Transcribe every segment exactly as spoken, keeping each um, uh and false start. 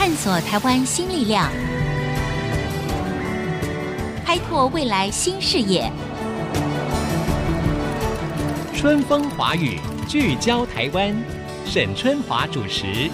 探索台湾新力量，开拓未来新视野。 春风华语，聚焦台湾，沈春华主持。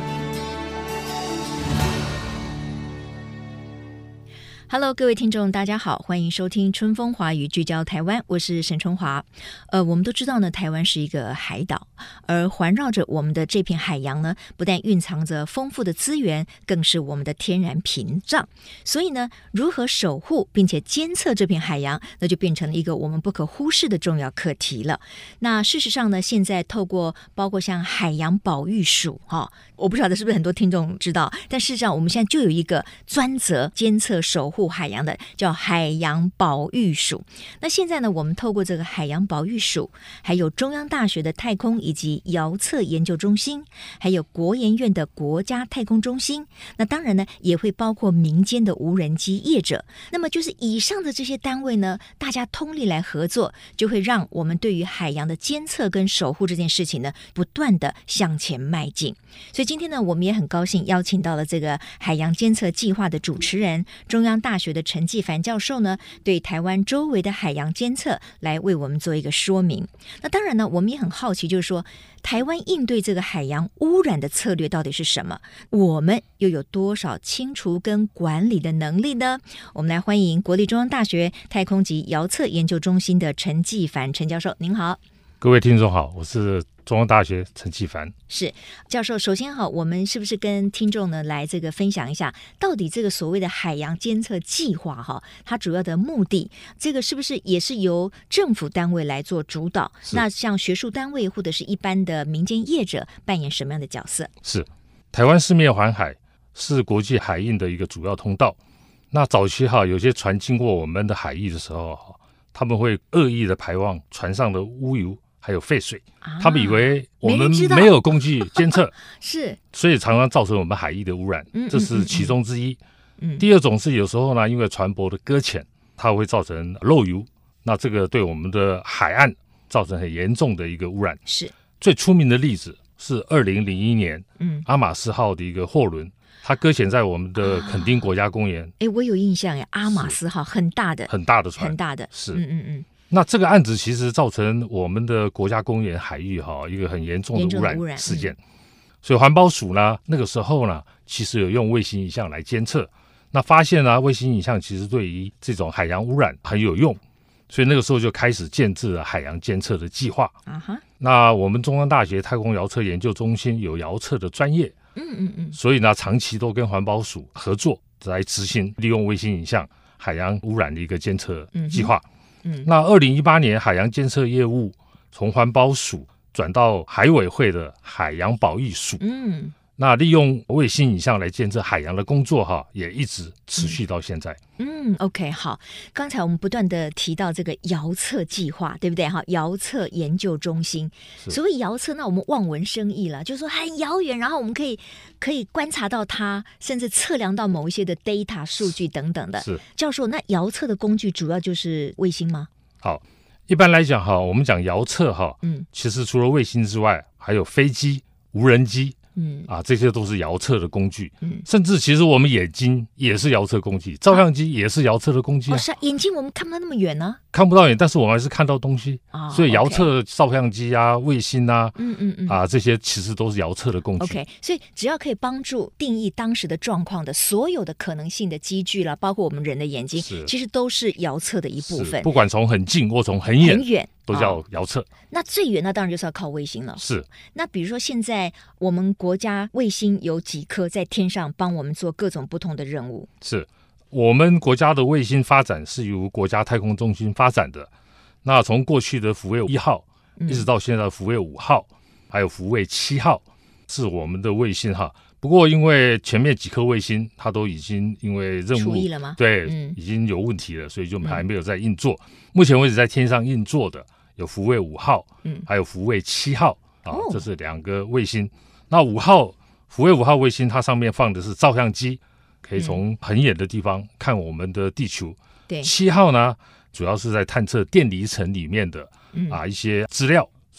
Hello， 各位听众，大家好，欢迎收听春风华语聚焦台湾，我是沈春华。呃，我们都知道呢，台湾是一个海岛，而环绕着我们的这片海洋呢，不但蕴藏着丰富的资源，更是我们的天然屏障。所以呢，如何守护并且监测这片海洋，那就变成了一个我们不可忽视的重要课题了。那事实上呢，现在透过包括像海洋保育署，哈、哦，我不晓得是不是很多听众知道，但事实上我们现在就有一个专责监测守护海洋的叫海洋保育署。那现在呢，我们透过这个海洋保育署，还有中央大学的太空以及遥测研究中心，还有国研院的国家太空中心，那当然呢也会包括民间的无人机业者。那么就是以上的这些单位呢，大家通力来合作，就会让我们对于海洋的监测跟守护这件事情呢，不断的向前迈进。所以今天呢，我们也很高兴邀请到了这个海洋监测计划的主持人，中央大学的陈纪凡教授呢，对台湾周围的海洋监测来为我们做一个说明。那当然呢，我们也很好奇，就是说台湾应对这个海洋污染的策略到底是什么？我们又有多少清除跟管理的能力呢？我们来欢迎国立中央大学太空及遥测研究中心的陈纪凡陈教授，您好。 各位听众好，我是中央大学陈纪凡。 是教授，首先好，我们是不是跟听众呢来这个分享一下，到底这个所谓的海洋监测计划哈，它主要的目的，这个是不是也是由政府单位来做主导？那像学术单位或者是一般的民间业者扮演什么样的角色？ 是台湾四面环海，是国际海运的一个主要通道。那早期哈，有些船经过我们的海域的时候，他们会恶意的排放船上的污油还有废水、啊、他们以为我们没有工具监测是， 所以常常造成我们海域的污染、嗯、这是其中之一、 嗯、 第二种是有时候呢，因为船舶的搁浅，它会造成漏油，那这个对我们的海岸造成很严重的一个污染。 是最出名的例子是二零零一年、 嗯、 阿马斯号的一个货轮，它搁浅在我们的垦丁国家公园。 哎、啊，我有印象耶，阿马斯号很大的很大的船， 很大的， 是， 嗯嗯嗯。 那这个案子其实造成我们的国家公园海域哈一个很严重的污染事件，嗯、所以环保署呢那个时候呢，其实有用卫星影像来监测，那发现呢卫星影像其实对于这种海洋污染很有用，所以那个时候就开始建制了海洋监测的计划。 啊哈， 那我们中央大学太空遥测研究中心有遥测的专业， 嗯嗯嗯， 所以呢长期都跟环保署合作来执行利用卫星影像海洋污染的一个监测计划。嗯嗯， 那二零一八年海洋监测业务从环保署转到海委会的海洋保育署， 嗯， 那利用卫星影像来监测海洋的工作哈，也一直持续到现在。 嗯 ，OK， 好，刚才我们不断的提到这个遥测计划，对不对？哈，遥测研究中心，所谓遥测，那我们望文生义了，就是说很遥远，然后我们可以可以观察到它，甚至测量到某一些的 data 数据等等的。 是教授，那遥测的工具主要就是卫星吗？ 好，一般来讲哈，我们讲遥测哈， 嗯， 其实除了卫星之外，还有飞机、无人机。 嗯啊，这些都是遥测的工具， 嗯， 甚至其实我们眼睛也是遥测工具，照相机也是遥测的工具啊。 哦，是啊，眼睛我们看不到那么远呢、啊， 看不到远，但是我们还是看到东西， 哦、 所以遥测照相机啊、卫星啊， 嗯嗯嗯， 啊这些其实都是遥测的工具。 OK， 所以只要可以帮助定义当时的状况的所有的可能性的机具啦，包括我们人的眼睛，其实都是遥测的一部分。 不管从很近或从很远， 很远。 都叫遥测、哦， 那最远那当然就是要靠卫星了。 是， 那比如说现在我们国家卫星有几颗在天上帮我们做各种不同的任务？ 是我们国家的卫星发展是由国家太空中心发展的。那从过去的福卫一号、嗯、一直到现在的福卫五号，还有福卫七号是我们的卫星哈。不过因为前面几颗卫星它都已经因为任务除役了吗？ 对、嗯，已经有问题了，所以就还没有在运作、嗯、目前为止在天上运作的有福卫五号、嗯、还有福卫七号啊、哦，这是两个卫星。那五号福卫五号卫星它上面放的是照相机，可以从很远的地方看我们的地球。 对， 七号呢主要是在探测电离层里面的、嗯、啊一些资料，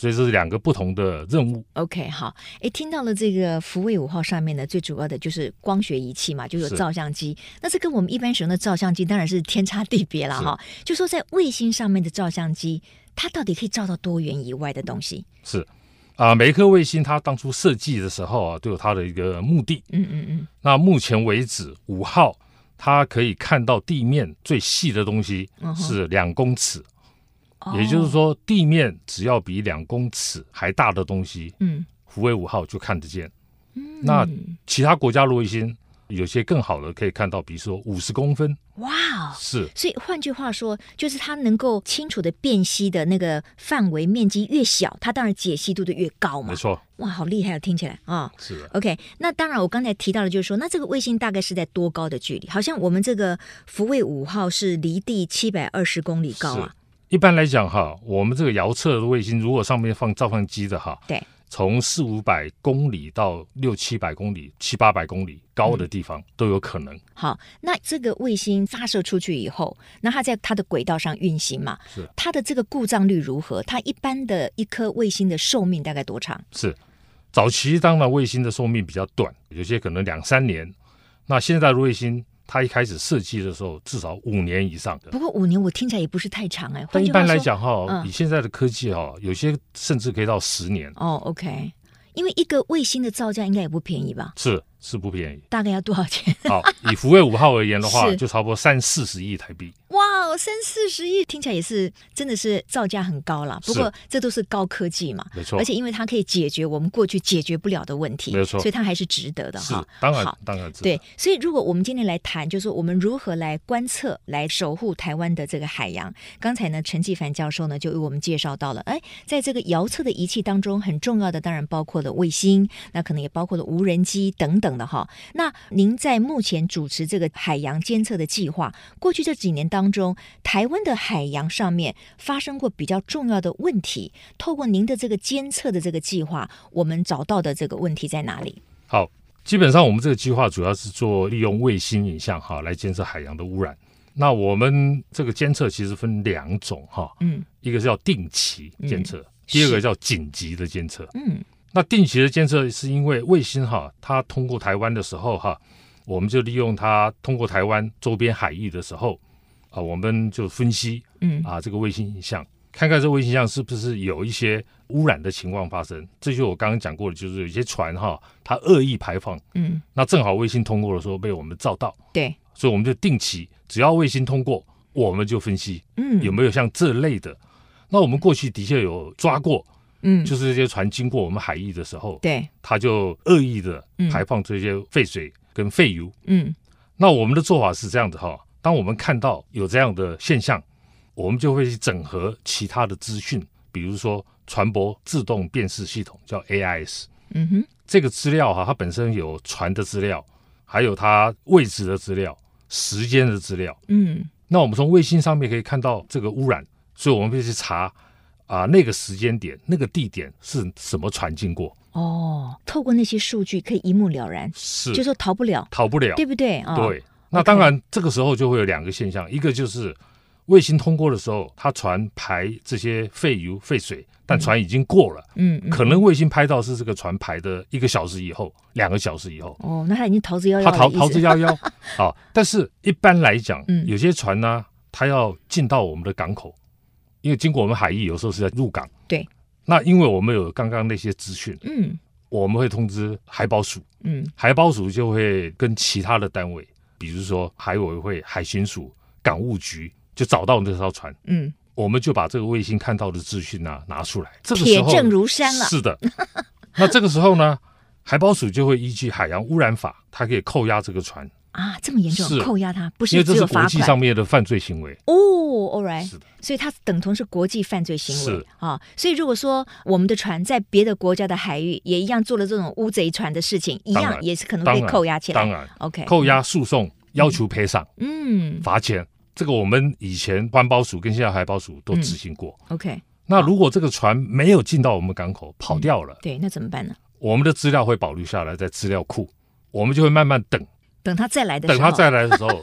所以这是两个不同的任务。 OK， 好，诶，听到了这个福卫五号上面呢，最主要的就是光学仪器嘛，就有照相机，那这跟我们一般使用的照相机当然是天差地别了哈。就说在卫星上面的照相机，它到底可以照到多远以外的东西？ 是啊，每一颗卫星它当初设计的时候啊，都有它的一个目的。 嗯嗯嗯。 那目前为止，五号它可以看到地面最细的东西是两公尺。哦、也就是说，地面只要比两公尺还大的东西，嗯，福卫五号就看得见。嗯，那其他国家卫星有些更好的，可以看到，比如说五十公分。 哇， 是。 所以换句话说，就是它能够清楚的辨析的那个范围面积越小，它当然解析度就越高嘛。 没错。 哇，好厉害，听起来啊、哦。 是的。 OK， 那当然，我刚才提到的就是说，那这个卫星大概是在多高的距离？好像我们这个福卫五号是离地七百二十公里高啊。 一般来讲哈，我们这个遥测的卫星，如果上面放照相机的哈， 对， 从四五百公里到六七百公里、七八百公里高的地方、嗯、都有可能。 好，那这个卫星发射出去以后，那它在它的轨道上运行嘛， 是它的这个故障率如何？它一般的一颗卫星的寿命大概多长？ 是早期当然卫星的寿命比较短，有些可能两三年。那现在的卫星，它一开始设计的时候至少五年以上的。 不过五年我听起来也不是太长哎。 但一般来讲哈、嗯，以现在的科技哈，有些甚至可以到十年。 哦 ，OK， 因为一个卫星的造价应该也不便宜吧？ 是是不便宜。 大概要多少钱？ 好，以福卫五号而言的话，就差不多三四十亿台币。 哇，三四十亿听起来也是真的是造价很高了。不过这都是高科技嘛， 没错。 而且因为它可以解决我们过去解决不了的问题， 没错， 所以它还是值得的哈。 当然，当然值得。 对，所以如果我们今天来谈，就是说我们如何来观测、来守护台湾的这个海洋。刚才呢，陈纪凡教授呢就为我们介绍到了，哎，在这个遥测的仪器当中，很重要的当然包括了卫星，那可能也包括了无人机等等的哈。那您在目前主持这个海洋监测的计划，过去这几年当中，台湾的海洋上面发生过比较重要的问题，透过您的这个监测的这个计划，我们找到的这个问题在哪里？ 好，基本上我们这个计划主要是做利用卫星影像哈来监测海洋的污染。那我们这个监测其实分两种哈，嗯，一个叫定期监测、嗯，第二个叫紧急的监测。嗯，那定期的监测是因为卫星哈，它通过台湾的时候哈，我们就利用它通过台湾周边海域的时候啊，我们就分析，嗯啊，这个卫星影像，看看这卫星影像是不是有一些污染的情况发生。这就是我刚刚讲过的，就是有一些船哈，它恶意排放，嗯，那正好卫星通过的时候被我们照到， 对， 所以我们就定期，只要卫星通过，我们就分析，嗯，有没有像这类的。那我们过去的确有抓过，嗯，就是这些船经过我们海域的时候， 对， 它就恶意的排放这些废水跟废油，嗯，那我们的做法是这样子哈。当我们看到有这样的现象，我们就会去整合其他的资讯，比如说船舶自动辨识系统，叫 A I S。嗯哼，这个资料哈，它本身有船的资料，还有它位置的资料、时间的资料。嗯，那我们从卫星上面可以看到这个污染，所以我们会去查啊、呃、那个时间点、那个地点是什么船经过。 哦，透过那些数据可以一目了然， 是， 就说逃不了， 逃不了， 对不对？哦、 对。那当然，这个时候就会有两个现象，一个就是卫星通过的时候，它船排这些废油、废水，但船已经过了，嗯，嗯可能卫星拍到是这个船排的一个小时以后、两个小时以后。 哦，那它已经逃之夭夭了。 它逃逃之夭夭。好，但是一般来讲，嗯，有些船呢，它要进到我们的港口，因为经过我们海域，有时候是在入港。 对。 那因为我们有刚刚那些资讯，嗯，我们会通知海保署，嗯，海保署就会跟其他的单位。比如说海委会、海巡署、港务局就找到这艘船，嗯，我们就把这个卫星看到的资讯啊拿出来，这个时候铁证如山了。 是的，那这个时候呢，海保署就会依据海洋污染法，它可以扣押这个船啊，这么严重，扣押它不是因为这是国际上面的犯罪行为哦。All right， 是的，所以它等同是国际犯罪行为是啊。所以如果说我们的船在别的国家的海域也一样做了这种乌贼船的事情，一样也是可能被扣押起来。 当然 ，OK， 扣押诉讼要求赔偿，嗯，罚钱，这个我们以前环保署跟现在海保署都执行过。 嗯、OK， 那如果这个船没有进到我们港口，跑掉了， 嗯、对，那怎么办呢？ 我们的资料会保留下来在资料库，我们就会慢慢等。 等他再来的时候， 等他再来的时候，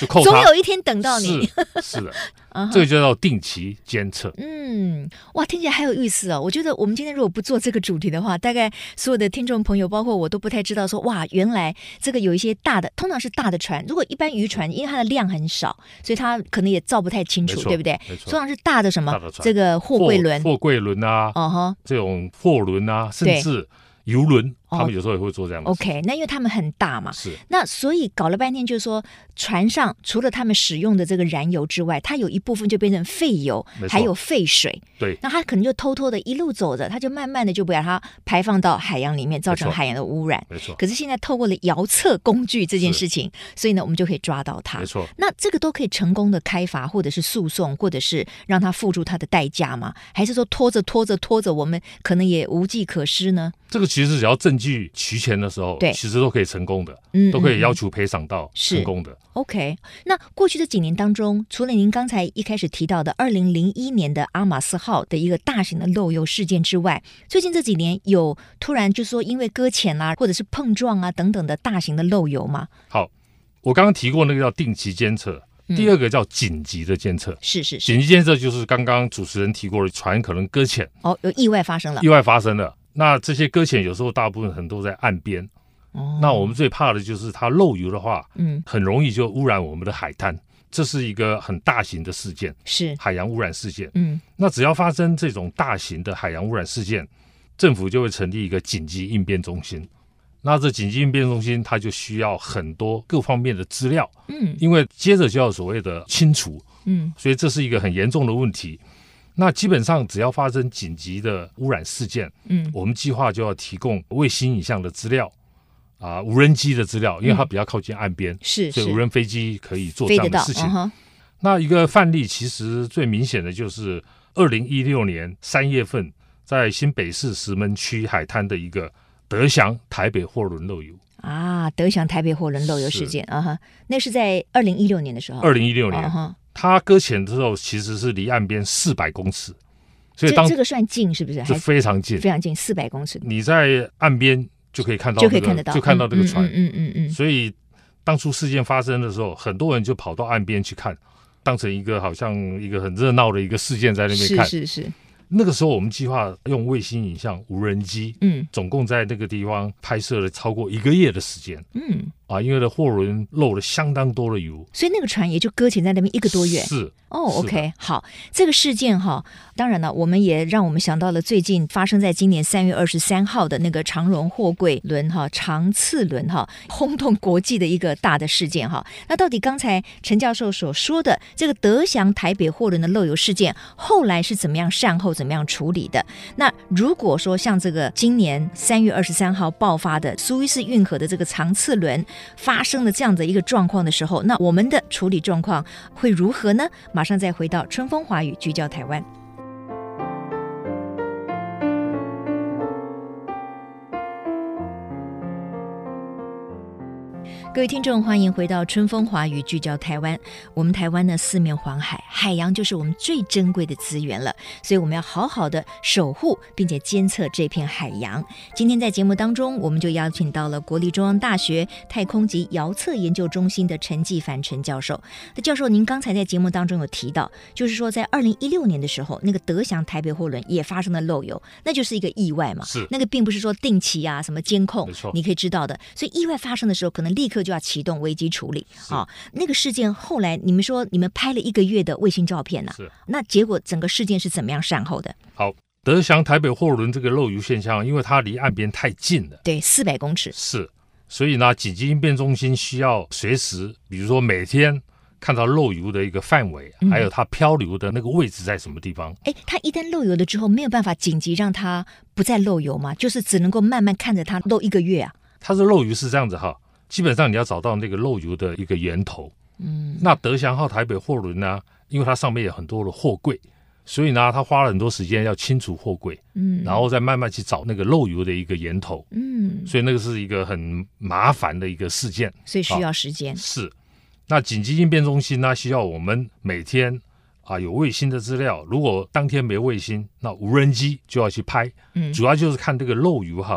就扣他， 总有一天等到你。 是是的，这个就叫定期监测。 嗯，哇，听起来还有意思哦。我觉得我们今天如果不做这个主题的话，大概所有的听众朋友，包括我都不太知道说，哇，原来这个有一些大的，通常是大的船。如果一般渔船，因为它的量很少，所以它可能也造不太清楚，对不对？通常是大的什么，这个货柜轮、 货柜轮啊，哦哈，这种货轮啊，甚至游轮，他们有时候也会做这样的事。 OK， 那因为他们很大嘛， 是。 那所以搞了半天，就是说船上除了他们使用的这个燃油之外，它有一部分就变成废油，还有废水。 对， 那它可能就偷偷的一路走着，它就慢慢的就把它排放到海洋里面，造成海洋的污染。 没错。 可是现在透过了遥测工具这件事情，所以呢，我们就可以抓到它。 没错。 那这个都可以成功的开罚，或者是诉讼，或者是让它付出它的代价吗？还是说拖着拖着拖着，我们可能也无计可施呢？ 这个其实只要证据齐全的时候，对，其实都可以成功的，嗯，都可以要求赔偿到成功的。 OK， 那过去这几年当中，除了您刚才一开始提到的二零零一年的阿马斯号的一个大型的漏油事件之外，最近这几年有突然就说因为搁浅啦、啊，或者是碰撞啊等等的大型的漏油吗？ 好，我刚刚提过那个叫定期监测。第二个叫紧急的监测， 是是是， 紧急监测就是刚刚主持人提过的，船可能搁浅， 哦，有意外发生了， 意外发生了。那这些搁浅有时候大部分很多在岸边，哦，那我们最怕的就是它漏油的话，嗯，很容易就污染我们的海滩，这是一个很大型的事件， 是海洋污染事件。 嗯， 那只要发生这种大型的海洋污染事件，政府就会成立一个紧急应变中心。那这紧急应变中心，它就需要很多各方面的资料，嗯，因为接着就要所谓的清除，嗯，所以这是一个很严重的问题。那基本上只要发生紧急的污染事件，嗯，我们计划就要提供卫星影像的资料啊、无人机的资料，因为它比较靠近岸边， 是、嗯， 所以无人飞机可以做这样的事情。 uh-huh、 那一个范例其实最明显的就是二零一六年三月份在新北市石门区海滩的一个德祥台北货轮漏油啊，德祥台北货轮漏油事件啊哈，那是在二零一六年的时候。 二零一六年，啊、它搁浅的时候其实是离岸边四百公尺，所以当这, 这个算近是不是？ 是非常近， 非常近，四百公尺。 你在岸边就可以看到、那個， 就可以看得到， 就看到这个船。 嗯嗯嗯嗯。 所以当初事件发生的时候，很多人就跑到岸边去看，当成一个好像一个很热闹的一个事件在那边看。 是是是。 那个时候我们计划用卫星影像、无人机，嗯，总共在那个地方拍摄了超过一个月的时间，嗯，啊，因为的货轮漏了相当多的油， 所以那个船也就搁浅在那边一个多月。 是。 哦、oh, ，OK， 好，这个事件哈，当然了，我们也让我们想到了最近发生在今年三月二十三号的那个长荣货柜轮哈长次轮哈轰动国际的一个大的事件哈。那到底刚才陈教授所说的这个德祥台北货轮的漏油事件，后来是怎么样善后、怎么样处理的？那如果说像这个今年三月二十三号爆发的苏伊士运河的这个长次轮发生了这样的一个状况的时候，那我们的处理状况会如何呢？马上再回到春风华语，聚焦台湾。各位听众，欢迎回到春风华语，聚焦台湾。我们台湾呢，四面环海，海洋就是我们最珍贵的资源了，所以我们要好好的守护并且监测这片海洋。今天在节目当中，我们就邀请到了国立中央大学太空及遥测研究中心的陈纪凡陈教授。那教授，您刚才在节目当中有提到，就是说在二零一六年的时候，那个德祥台北货轮也发生了漏油，那就是一个意外嘛， 是那个并不是说定期啊什么监控你可以知道的，所以意外发生的时候，可能立刻就要启动危机处理啊、哦。那个事件后来你们说你们拍了一个月的卫星照片啊， 是那结果整个事件是怎么样善后的？ 好，德祥台北货轮这个漏油现象，因为它离岸边太近了， 对，四百公尺， 是，所以呢，紧急应变中心需要随时，比如说每天看到漏油的一个范围，还有它漂流的那个位置在什么地方。 哎、嗯，它一旦漏油了之后，没有办法紧急让它不再漏油吗？就是只能够慢慢看着它漏一个月啊？ 它是漏油是这样子哈。基本上你要找到那个漏油的一个源头，嗯，那德祥号台北货轮呢，因为它上面有很多的货柜，所以呢，它花了很多时间要清除货柜，嗯，然后再慢慢去找那个漏油的一个源头，嗯，所以那个是一个很麻烦的一个事件， 所以需要时间。 是，那紧急应变中心呢，需要我们每天啊有卫星的资料，如果当天没卫星，那无人机就要去拍，嗯，主要就是看这个漏油哈。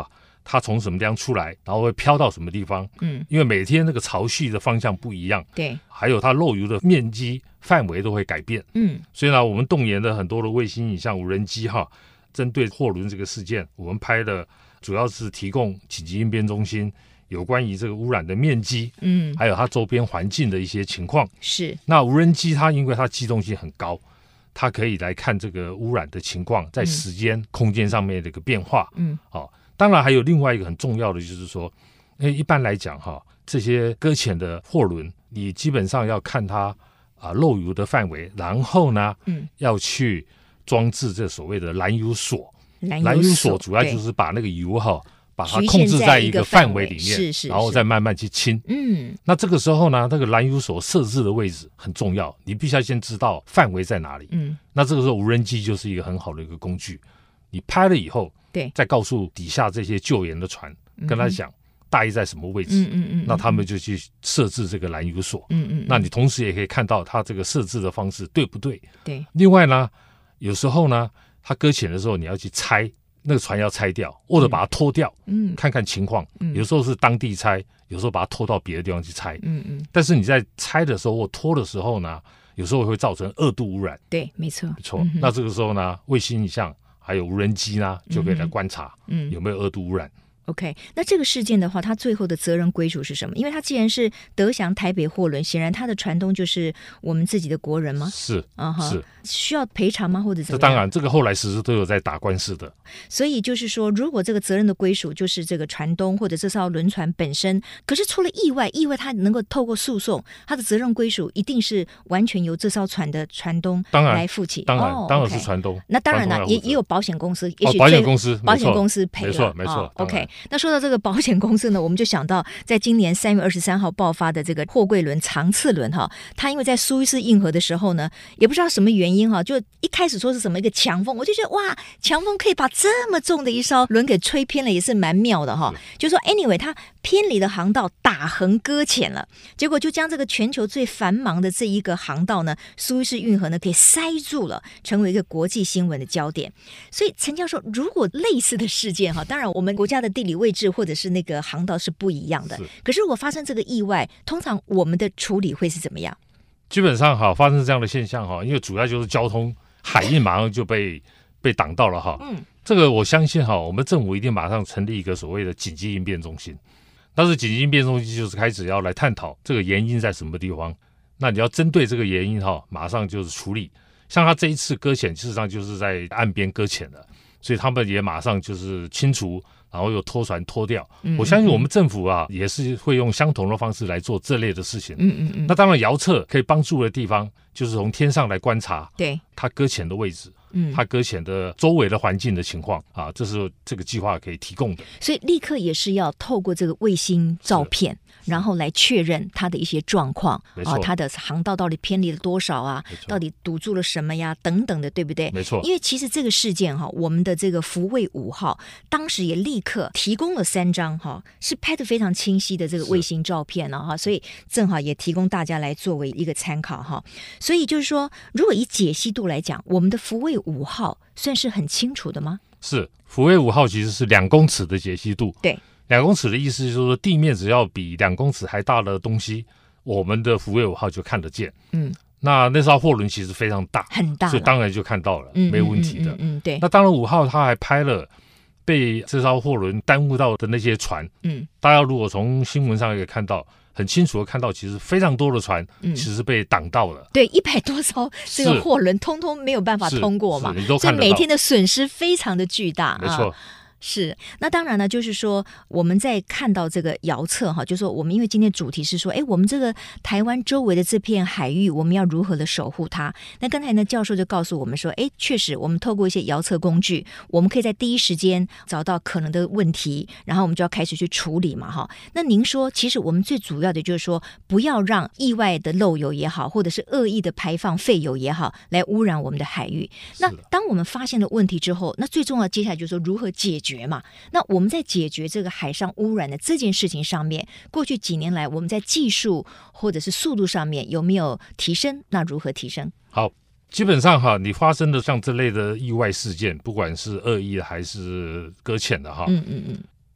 它从什么地方出来，然后会飘到什么地方。嗯，因为每天那个潮汐的方向不一样， 对， 还有它漏油的面积范围都会改变。嗯，所以呢，我们动研的很多的卫星影像、无人机哈，针对货轮这个事件，我们拍的主要是提供紧急应变中心有关于这个污染的面积，嗯，还有它周边环境的一些情况。 是， 那无人机它因为它机动性很高，它可以来看这个污染的情况在时间、嗯、空间上面的一个变化。嗯，好、哦，当然还有另外一个很重要的就是说，因为一般来讲哈，这些搁浅的货轮，你基本上要看它啊漏油的范围，然后呢，嗯，要去装置这所谓的燃油锁。燃油锁主要就是把那个油哈。把它控制在一个范围里面， 是是， 然后再慢慢去清。嗯，那这个时候呢，那个燃油所设置的位置很重要，你必须要先知道范围在哪里。嗯，那这个时候无人机就是一个很好的一个工具。你拍了以后， 对， 再告诉底下这些救援的船，嗯、跟他讲大意在什么位置。嗯嗯嗯，那他们就去设置这个燃油锁。嗯嗯，那你同时也可以看到它这个设置的方式对不对？ 对。 另外呢，有时候呢，它搁浅的时候你要去拆。那个船要拆掉，或者把它拖掉，嗯，看看情况。嗯，有时候是当地拆，有时候把它拖到别的地方去拆。嗯嗯。但是你在拆的时候或拖的时候呢，有时候会造成二度污染。 对，没错， 没错。嗯、那这个时候呢，卫星影像还有无人机呢，就可以来观察，嗯，有没有二度污染。 OK， 那这个事件的话，它最后的责任归属是什么？因为它既然是德翔台北货轮，显然它的船东就是我们自己的国人吗？ 是，啊、uh-huh, 是， 需要赔偿吗？或者怎么样？ 这当然，这个后来其实都有在打官司的。 所以就是说，如果这个责任的归属就是这个船东或者这艘轮船本身，可是出了意外，意外它能够透过诉讼，它的责任归属一定是完全由这艘船的船东来负起。 当然， 哦、 当然是船东。 那当然了，也也有保险公司，也许、 哦、保险公司， 保险公司赔了， 没错，没错。 哦、OK， 那说到这个保保险公司呢，我们就想到在今年三月二十三号爆发的这个货柜轮长次轮哈，它因为在苏伊士运河的时候呢，也不知道什么原因哈，就一开始说是什么一个强风，我就觉得哇，强风可以把这么重的一艘轮给吹偏了，也是蛮妙的哈。就说 anyway， 它偏离了航道，打横搁浅了，结果就将这个全球最繁忙的这一个航道呢，苏伊士运河呢给塞住了，成为一个国际新闻的焦点。所以陈教授，如果类似的事件哈，当然我们国家的地理位置或者是那个航道是不一样的，可是如果发生这个意外，通常我们的处理会是怎么样？ 基本上哈，发生这样的现象哈，因为主要就是交通海运马上就被被挡到了哈。嗯，这个我相信哈，我们政府一定马上成立一个所谓的紧急应变中心。但是紧急应变中心就是开始要来探讨这个原因在什么地方，那你要针对这个原因哈，马上就是处理。像他这一次搁浅，事实上就是在岸边搁浅的，所以他们也马上就是清除。然后又拖船拖掉、嗯、我相信我们政府啊、嗯、也是会用相同的方式来做这类的事情。嗯嗯嗯。那当然遥测可以帮助的地方就是从天上来观察对它搁浅的位置，嗯，它搁浅的周围的环境的情况啊，这是这个计划可以提供的。 所以立刻也是要透过这个卫星照片，然后来确认它的一些状况啊，它的航道到底偏离了多少啊，到底堵住了什么呀，等等的，对不对？ 没错。 因为其实这个事件哈，我们的这个福卫五号当时也立刻提供了三张哈，是拍得非常清晰的这个卫星照片了哈，所以正好也提供大家来作为一个参考哈。所以就是说，如果以解析度来讲，我们的福卫五号算是很清楚的吗？ 是，福卫五号其实是两公尺的解析度。 对。 两公尺的意思就是说，地面只要比两公尺还大的东西，我们的福卫五号就看得见。嗯，那那艘货轮其实非常大， 很大， 所以当然就看到了，嗯、没问题的。 嗯, 嗯, 嗯, 嗯，对。 那当然，五号他还拍了被这艘货轮耽误到的那些船。嗯，大家如果从新闻上也可以看到，很清楚的看到，其实非常多的船其实被挡到了。嗯、对， 一百多艘这个货轮通通没有办法通过嘛，所以每天的损失非常的巨大。 没错。 啊是，那当然呢，就是说我们在看到这个遥测哈，就是说我们因为今天主题是说，哎，我们这个台湾周围的这片海域，我们要如何的守护它？那刚才呢，教授就告诉我们说，哎，确实，我们透过一些遥测工具，我们可以在第一时间找到可能的问题，然后我们就要开始去处理嘛，哈。那您说，其实我们最主要的就是说，不要让意外的漏油也好，或者是恶意的排放废油也好，来污染我们的海域。那当我们发现了问题之后，那最重要接下来就是说如何解决。嘛，那我们在解决这个海上污染的这件事情上面，过去几年来我们在技术或者是速度上面有没有提升？那如何提升？ 好，基本上哈，你发生的像这类的意外事件，不管是恶意的还是搁浅的哈，嗯嗯嗯，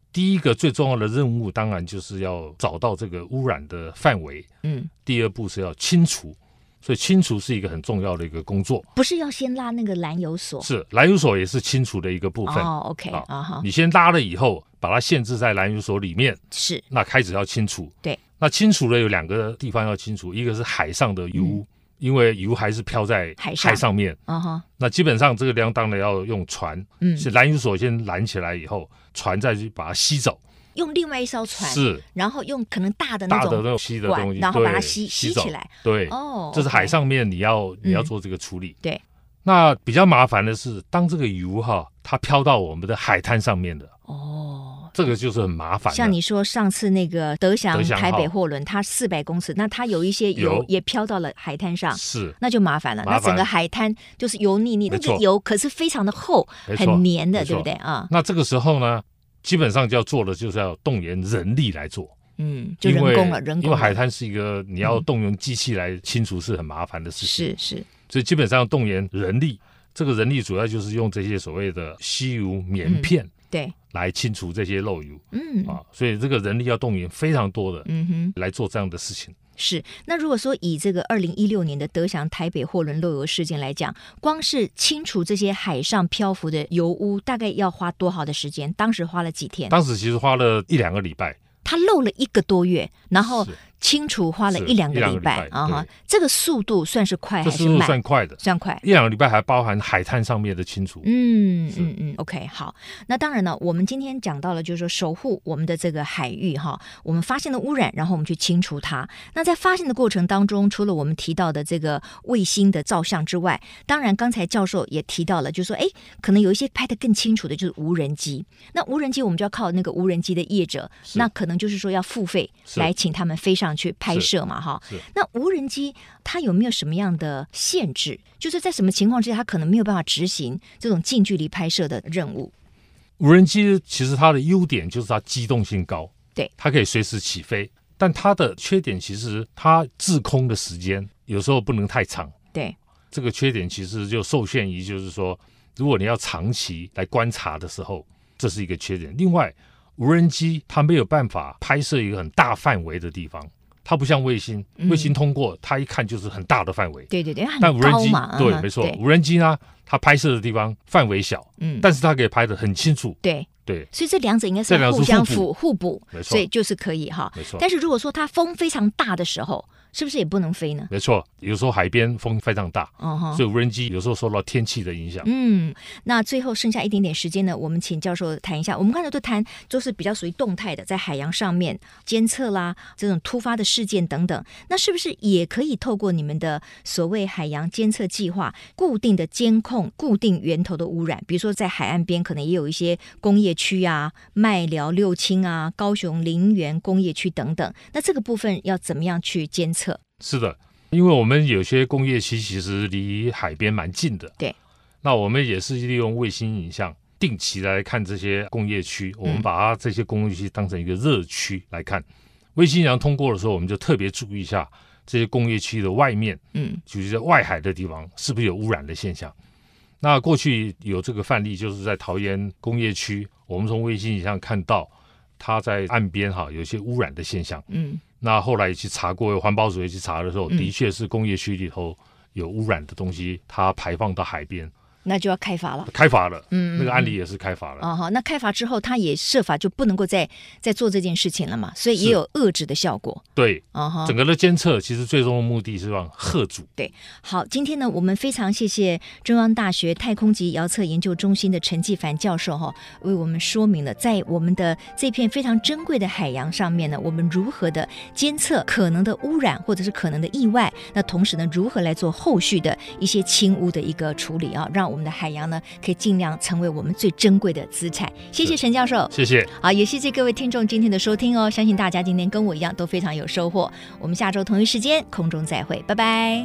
第一个最重要的任务当然就是要找到这个污染的范围，嗯，第二步是要清除，所以清除是一个很重要的一个工作。 不是要先拉那个燃油锁？ 是，燃油锁也是清除的一个部分。 哦 ，OK， 啊、uh-huh. 你先拉了以后，把它限制在燃油锁里面， 是， 那开始要清除。 对， 那清除的有两个地方要清除，一个是海上的油污。嗯，因为油还是飘在海 上, 海上面， uh-huh. 那基本上这个地方当然要用船，嗯，是燃油锁先拦起来以后，船再去把它吸走， 用另外一艘船， 是， 然后用可能大的那种大的那种吸的东西， 然后把它吸吸起来， 对， 哦， 这是海上面你要、嗯、你要做这个处理， 对。 那比较麻烦的是，当这个油哈它飘到我们的海滩上面的，哦，这个就是很麻烦的。 像你说上次那个德翔台北货轮，它四百公尺，那它有一些油也飘到了海滩上， 是， 那就麻烦了。麻烦，那整个海滩就是油腻腻，那个油可是非常的厚，很黏的，对不对啊？ 那这个时候呢，基本上就要做的就是要动员人力来做。 嗯，就人工了，人工了。 因为海滩是一个你要动用机器来清除是很麻烦的事情，是是。 所以基本上要动员人力，这个人力主要就是用这些所谓的吸油棉片，嗯， 对， 来清除这些漏油，嗯啊，所以这个人力要动员非常多的，嗯哼，来做这样的事情。 是，那如果说以这个二零一六年的德翔台北货轮漏油事件来讲，光是清除这些海上漂浮的油污，大概要花多少的时间？当时花了几天？ 当时其实花了一两个礼拜。 他漏了一个多月，然后清除花了一两个礼拜啊哈，这个速度算是快还是慢？ 这速度算快的， 算快。 一两个礼拜还包含海滩上面的清除。 嗯嗯嗯 ，OK， 好。那当然呢，我们今天讲到了，就是说守护我们的这个海域哈，我们发现了污染，然后我们去清除它。那在发现的过程当中，除了我们提到的这个卫星的照相之外，当然刚才教授也提到了，就是说，哎，可能有一些拍得更清楚的，就是无人机。那无人机我们就要靠那个无人机的业者，那可能就是说要付费来请他们飞上去拍摄嘛，哈。那无人机它有没有什么样的限制？就是在什么情况之下，它可能没有办法执行这种近距离拍摄的任务？ 无人机其实它的优点就是它机动性高， 对， 它可以随时起飞。但它的缺点其实它滞空的时间有时候不能太长， 对， 这个缺点其实就受限于就是说，如果你要长期来观察的时候，这是一个缺点。另外，无人机它没有办法拍摄一个很大范围的地方，它不像卫星，卫星通过它一看就是很大的范围， 对对对， 但无人机对， 嗯、 没错，无人机呢，它拍摄的地方范围小，嗯，但是它可以拍得很清楚， 对对， 所以这两者应该是互相互互补，没错，所以就是可以哈， 没错。 但是如果说它风非常大的时候，是不是也不能飞呢？ 没错，有时候海边风非常大，哦、所以无人机有时候受到天气的影响。 嗯，那最后剩下一点点时间呢，我们请教授谈一下。我们刚才都谈都是比较属于动态的，在海洋上面监测啦，这种突发的事件等等。那是不是也可以透过你们的所谓海洋监测计划，固定的监控固定源头的污染？比如说在海岸边可能也有一些工业区啊，麦寮、六轻啊、高雄林园工业区等等。那这个部分要怎么样去监测？ 是的，因为我们有些工业区其实离海边蛮近的， 对， 那我们也是利用卫星影像定期来看这些工业区，我们把它这些工业区当成一个热区来看。卫星影像通过的时候，我们就特别注意一下这些工业区的外面，嗯，就是在外海的地方是不是有污染的现象。那过去有这个范例，就是在桃园工业区，我们从卫星影像看到它在岸边哈有一些污染的现象，嗯。那后来去查过，环保署也去查的时候，嗯、的确是工业区里头有污染的东西，它排放到海边， 那就要开罚了。 开罚了，嗯，那个案例也是开罚了。 哦，好，那开罚之后，他也设法就不能够再再做这件事情了嘛，所以也有遏制的效果。 对，哦，整个的监测其实最终的目的是让嚇阻。 对，好，今天呢，我们非常谢谢中央大学太空及遥测研究中心的陈纪凡教授哈、哦，为我们说明了在我们的这片非常珍贵的海洋上面呢，我们如何的监测可能的污染或者是可能的意外，那同时呢，如何来做后续的一些清污的一个处理啊，让我们的海洋呢可以尽量成为我们最珍贵的资产。谢谢陈教授， 谢谢。 好，也谢谢各位听众今天的收听哦，相信大家今天跟我一样都非常有收获。我们下周同一时间空中再会，拜拜。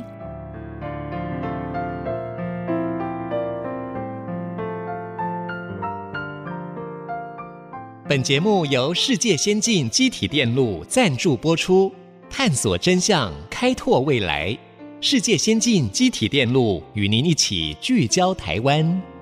本节目由世界先进机体电路赞助播出，探索真相，开拓未来。世界先进机体电路与您一起聚焦台湾。